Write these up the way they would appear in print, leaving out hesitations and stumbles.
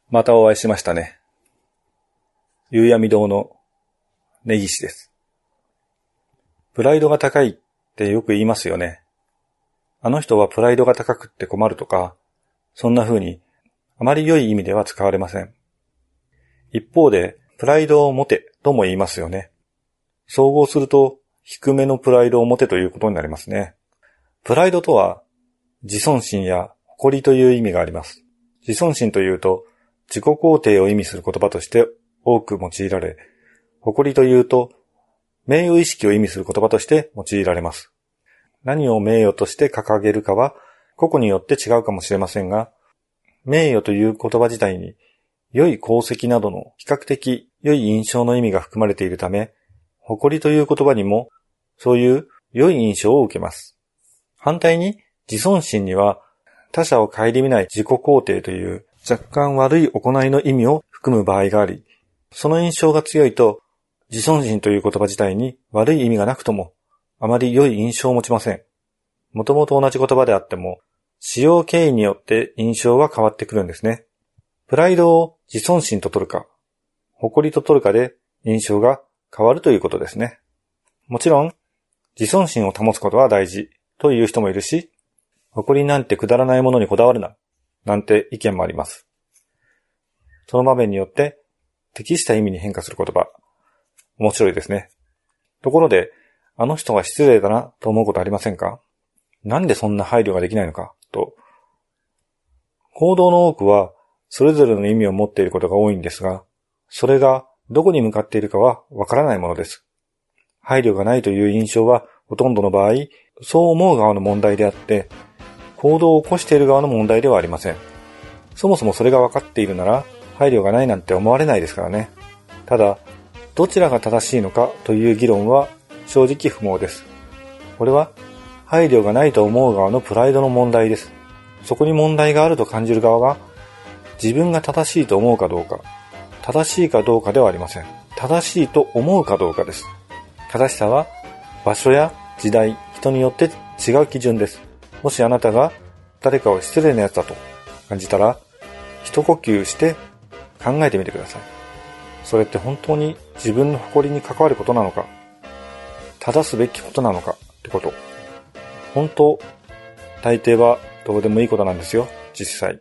またお会いしましたね。夕闇堂の根岸です。プライドが高いってよく言いますよね。あの人はプライドが高くって困るとか、そんな風にあまり良い意味では使われません。一方で、プライドを持てとも言いますよね。総合すると、低めのプライドを持てということになりますね。プライドとは、自尊心や誇りという意味があります。自尊心というと、自己肯定を意味する言葉として多く用いられ、誇りというと、名誉意識を意味する言葉として用いられます。何を名誉として掲げるかは、個々によって違うかもしれませんが、名誉という言葉自体に、良い功績などの比較的良い印象の意味が含まれているため、誇りという言葉にもそういう良い印象を受けます。反対に自尊心には他者を顧みない自己肯定という若干悪い行いの意味を含む場合があり、その印象が強いと自尊心という言葉自体に悪い意味がなくともあまり良い印象を持ちません。もともと同じ言葉であっても使用経緯によって印象は変わってくるんですね。プライドを自尊心と取るか、誇りと取るかで印象が変わるということですね。もちろん、自尊心を保つことは大事という人もいるし、誇りなんてくだらないものにこだわるな、なんて意見もあります。その場面によって適した意味に変化する言葉、面白いですね。ところで、あの人が失礼だなと思うことありませんか？なんでそんな配慮ができないのかと。行動の多くは、それぞれの意味を持っていることが多いんですが、それがどこに向かっているかはわからないものです。配慮がないという印象はほとんどの場合、そう思う側の問題であって、行動を起こしている側の問題ではありません。そもそもそれが分かっているなら、配慮がないなんて思われないですからね。ただ、どちらが正しいのかという議論は正直不毛です。これは、配慮がないと思う側のプライドの問題です。そこに問題があると感じる側が、自分が正しいと思うかどうか、正しいかどうかではありません。正しいと思うかどうかです。正しさは場所や時代、人によって違う基準です。もしあなたが誰かを失礼なやつだと感じたら、一呼吸して考えてみてください。それって本当に自分の誇りに関わることなのか、正すべきことなのかってこと。本当、大抵はどうでもいいことなんですよ、実際。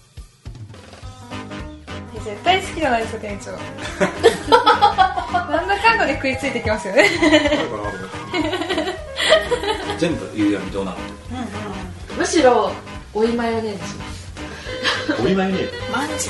絶対好きじゃないですか、店長。なんだかんだで食いついてきますよね。 全部夕闇堂なの。 むしろ追いマヨネーズします。 追いマヨネーズ。 マンジ。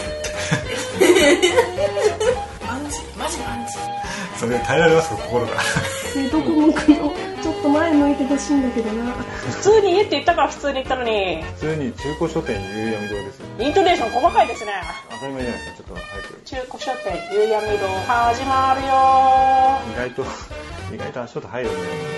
マジマンジ。 それ耐えられますか、心が。 どこ向くの？ちょっと前向いてほしいんだけどな。 普通に家って言ったから普通に言ったのに。 普通に中古書店夕闇堂ですよ。 イントネーション細かいですね。 当たり前じゃないですか、ちょっと早く。 中古書店夕闇堂始まるよ。 意外と足音入るね。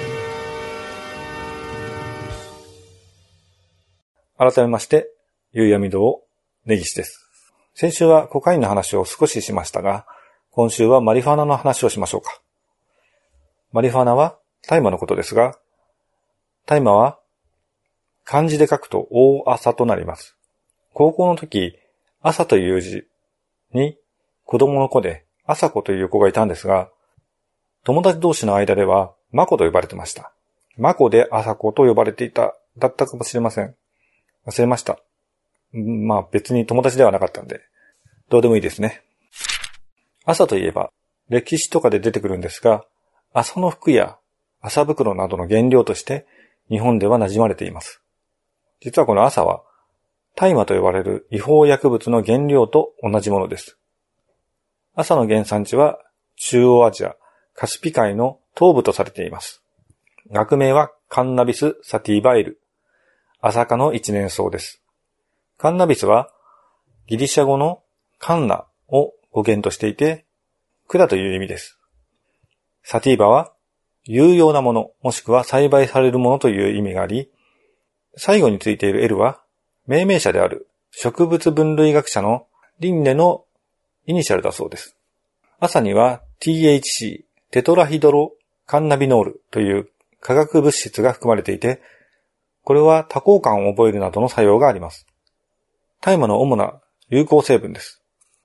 改めまして、夕闇堂根岸です。先週はコカインの話を少ししましたが、今週はマリファナの話をしましょうか。マリファナは大麻のことですが、大麻は漢字で書くと大麻となります。高校の時、朝という字に子供の子で朝子という子がいたんですが、友達同士の間ではマコと呼ばれてました。マコで朝子と呼ばれていた、だったかもしれません。忘れました。まあ別に友達ではなかったんで、どうでもいいですね。朝といえば、歴史とかで出てくるんですが、麻の服や麻袋などの原料として日本では馴染まれています。実はこの麻は、大麻と呼ばれる違法薬物の原料と同じものです。麻の原産地は中央アジア、カスピ海の東部とされています。学名はカンナビス・サティバイル。麻科の一年草です。カンナビスはギリシャ語のカンナを語源としていて、管という意味です。サティーバは有用なもの、もしくは栽培されるものという意味があり、最後についている L は命名者である植物分類学者のリンネのイニシャルだそうです。麻には THC、テトラヒドロカンナビノールという化学物質が含まれていて、これは多幸感を覚えるなどの作用があります。大麻の主な有効成分です。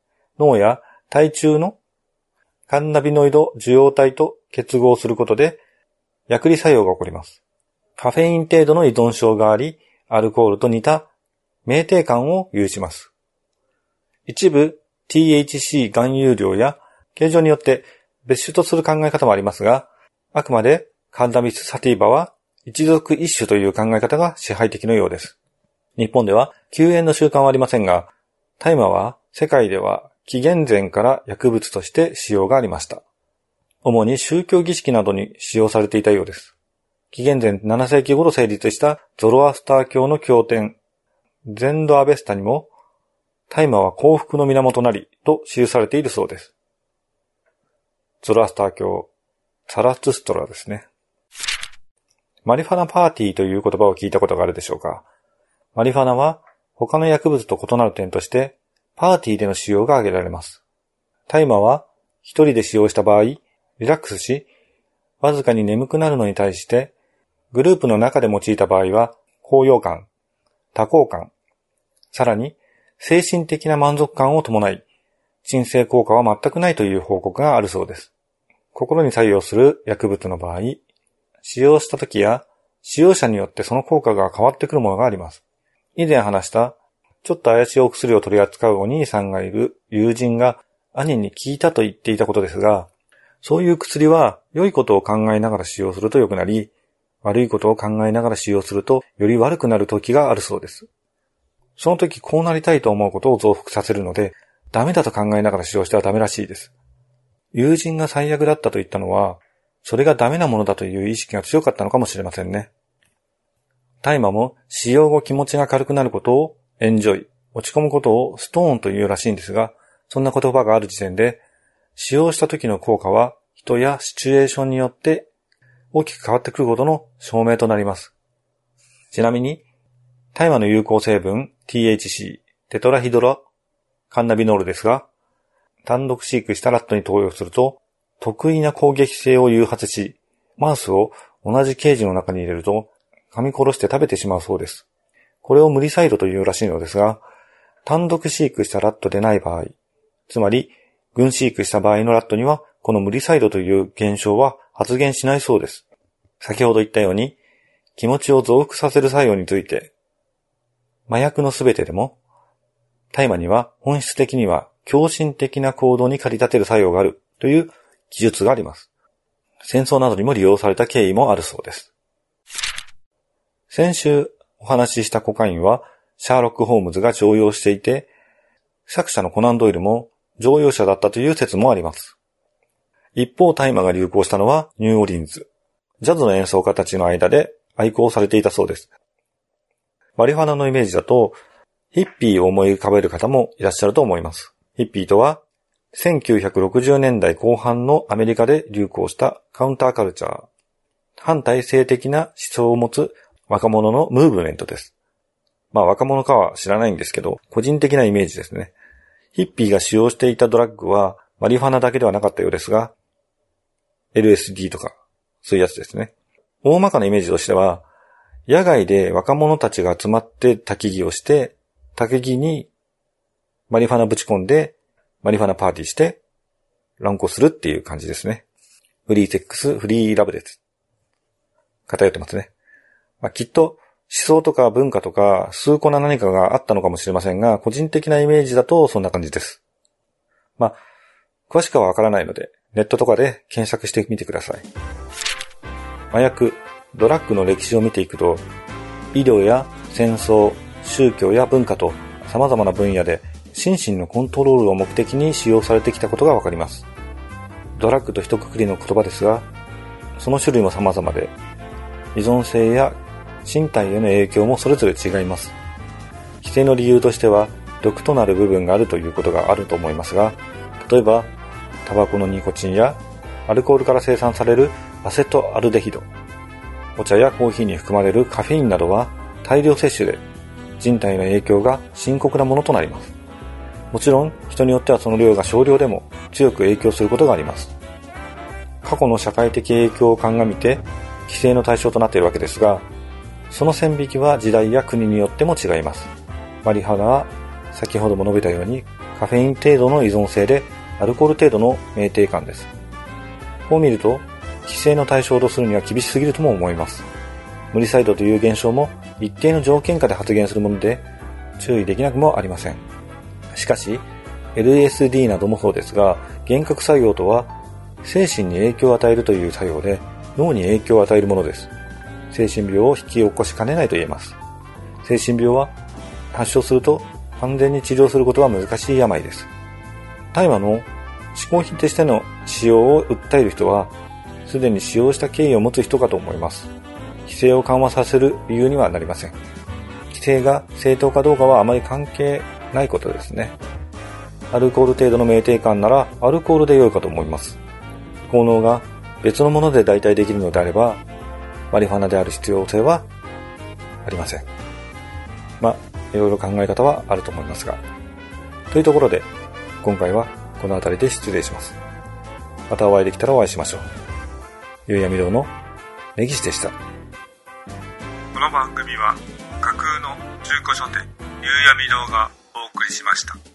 脳や体中のカンナビノイド受容体と結合することで薬理作用が起こります。カフェイン程度の依存症があり、アルコールと似た酩酊感を有します。一部 THC 含有量や形状によって別種とする考え方もありますが、あくまでカンナビスサティーバは一属一種という考え方が支配的のようです。日本では休園の習慣はありませんが、大麻は世界では紀元前から薬物として使用がありました。主に宗教儀式などに使用されていたようです。紀元前7世紀頃成立したゾロアスター教の経典、ゼンドアベスタにも、大麻は幸福の源となりと記されているそうです。ゾロアスター教、サラトゥストラですね。マリファナパーティーという言葉を聞いたことがあるでしょうか。マリファナは他の薬物と異なる点として、パーティーでの使用が挙げられます。大麻は一人で使用した場合、リラックスし、わずかに眠くなるのに対して、グループの中で用いた場合は、高揚感、多幸感、さらに精神的な満足感を伴い、鎮静効果は全くないという報告があるそうです。心に作用する薬物の場合、使用した時や使用者によってその効果が変わってくるものがあります。以前話したちょっと怪しいお薬を取り扱うお兄さんがいる友人が兄に聞いたと言っていたことですが、そういう薬は良いことを考えながら使用すると良くなり、悪いことを考えながら使用するとより悪くなる時があるそうです。その時こうなりたいと思うことを増幅させるので、ダメだと考えながら使用してはダメらしいです。友人が最悪だったと言ったのは、それがダメなものだという意識が強かったのかもしれませんね。大麻も使用後気持ちが軽くなることをエンジョイ、落ち込むことをストーンというらしいんですが、そんな言葉がある時点で、使用した時の効果は人やシチュエーションによって大きく変わってくることの証明となります。ちなみに、大麻の有効成分 THC、テトラヒドラカンナビノールですが、単独飼育したラットに投与すると、特異な攻撃性を誘発し、マウスを同じケージの中に入れると、噛み殺して食べてしまうそうです。これを無理サイドというらしいのですが、単独飼育したラットでない場合、つまり、群飼育した場合のラットには、この無理サイドという現象は発現しないそうです。先ほど言ったように、気持ちを増幅させる作用について、麻薬のすべてでも、大麻には本質的には狂信的な行動に駆り立てる作用があるという記述があります。戦争などにも利用された経緯もあるそうです。先週お話ししたコカインはシャーロック・ホームズが常用していて、作者のコナン・ドイルも常用者だったという説もあります。一方、大麻が流行したのはニューオーリンズ。ジャズの演奏家たちの間で愛好されていたそうです。マリファナのイメージだと、ヒッピーを思い浮かべる方もいらっしゃると思います。ヒッピーとは、1960年代後半のアメリカで流行したカウンターカルチャー、反体制的な思想を持つ若者のムーブメントです。若者かは知らないんですけど、個人的なイメージですね。ヒッピーが使用していたドラッグはマリファナだけではなかったようですが、LSD とか、そういうやつですね。大まかなイメージとしては、野外で若者たちが集まって焚き木をして、焚き木にマリファナぶち込んで、マリファナパーティーして、乱行するっていう感じですね。フリーセックス、フリーラブです。偏ってますね。きっと思想とか文化とか崇高な何かがあったのかもしれませんが、個人的なイメージだとそんな感じです。詳しくはわからないので、ネットとかで検索してみてください。麻薬、ドラッグの歴史を見ていくと、医療や戦争、宗教や文化と様々な分野で心身のコントロールを目的に使用されてきたことがわかります。ドラッグと一括りの言葉ですが、その種類も様々で、依存性や身体への影響もそれぞれ違います。規制の理由としては、毒となる部分があるということがあると思いますが、例えば、タバコのニコチンやアルコールから生産されるアセトアルデヒド、お茶やコーヒーに含まれるカフェインなどは大量摂取で人体の影響が深刻なものとなります。もちろん人によってはその量が少量でも強く影響することがあります。過去の社会的影響を鑑みて規制の対象となっているわけですが、その線引きは時代や国によっても違います。マリファナは先ほども述べたようにカフェイン程度の依存性でアルコール程度の酩酊感です。こう見ると、規制の対象とするには厳しすぎるとも思います。無理サイドという現象も一定の条件下で発現するもので注意できなくもありません。しかし、LSD などもそうですが、幻覚作用とは精神に影響を与えるという作用で脳に影響を与えるものです。精神病を引き起こしかねないと言えます。精神病は発症すると完全に治療することは難しい病です。大麻の嗜好品としての使用を訴える人は、すでに使用した経緯を持つ人かと思います。規制を緩和させる理由にはなりません。規制が正当かどうかはあまり関係ないことですね。アルコール程度の酩酊感ならアルコールで良いかと思います。効能が別のもので代替できるのであれば、マリファナである必要性はありません。いろいろ考え方はあると思いますが。というところで、今回はこの辺りで失礼します。またお会いできたらお会いしましょう。ゆうやみ堂の根岸でした。この番組は架空の中古書店ゆうやみ堂がお送りしました。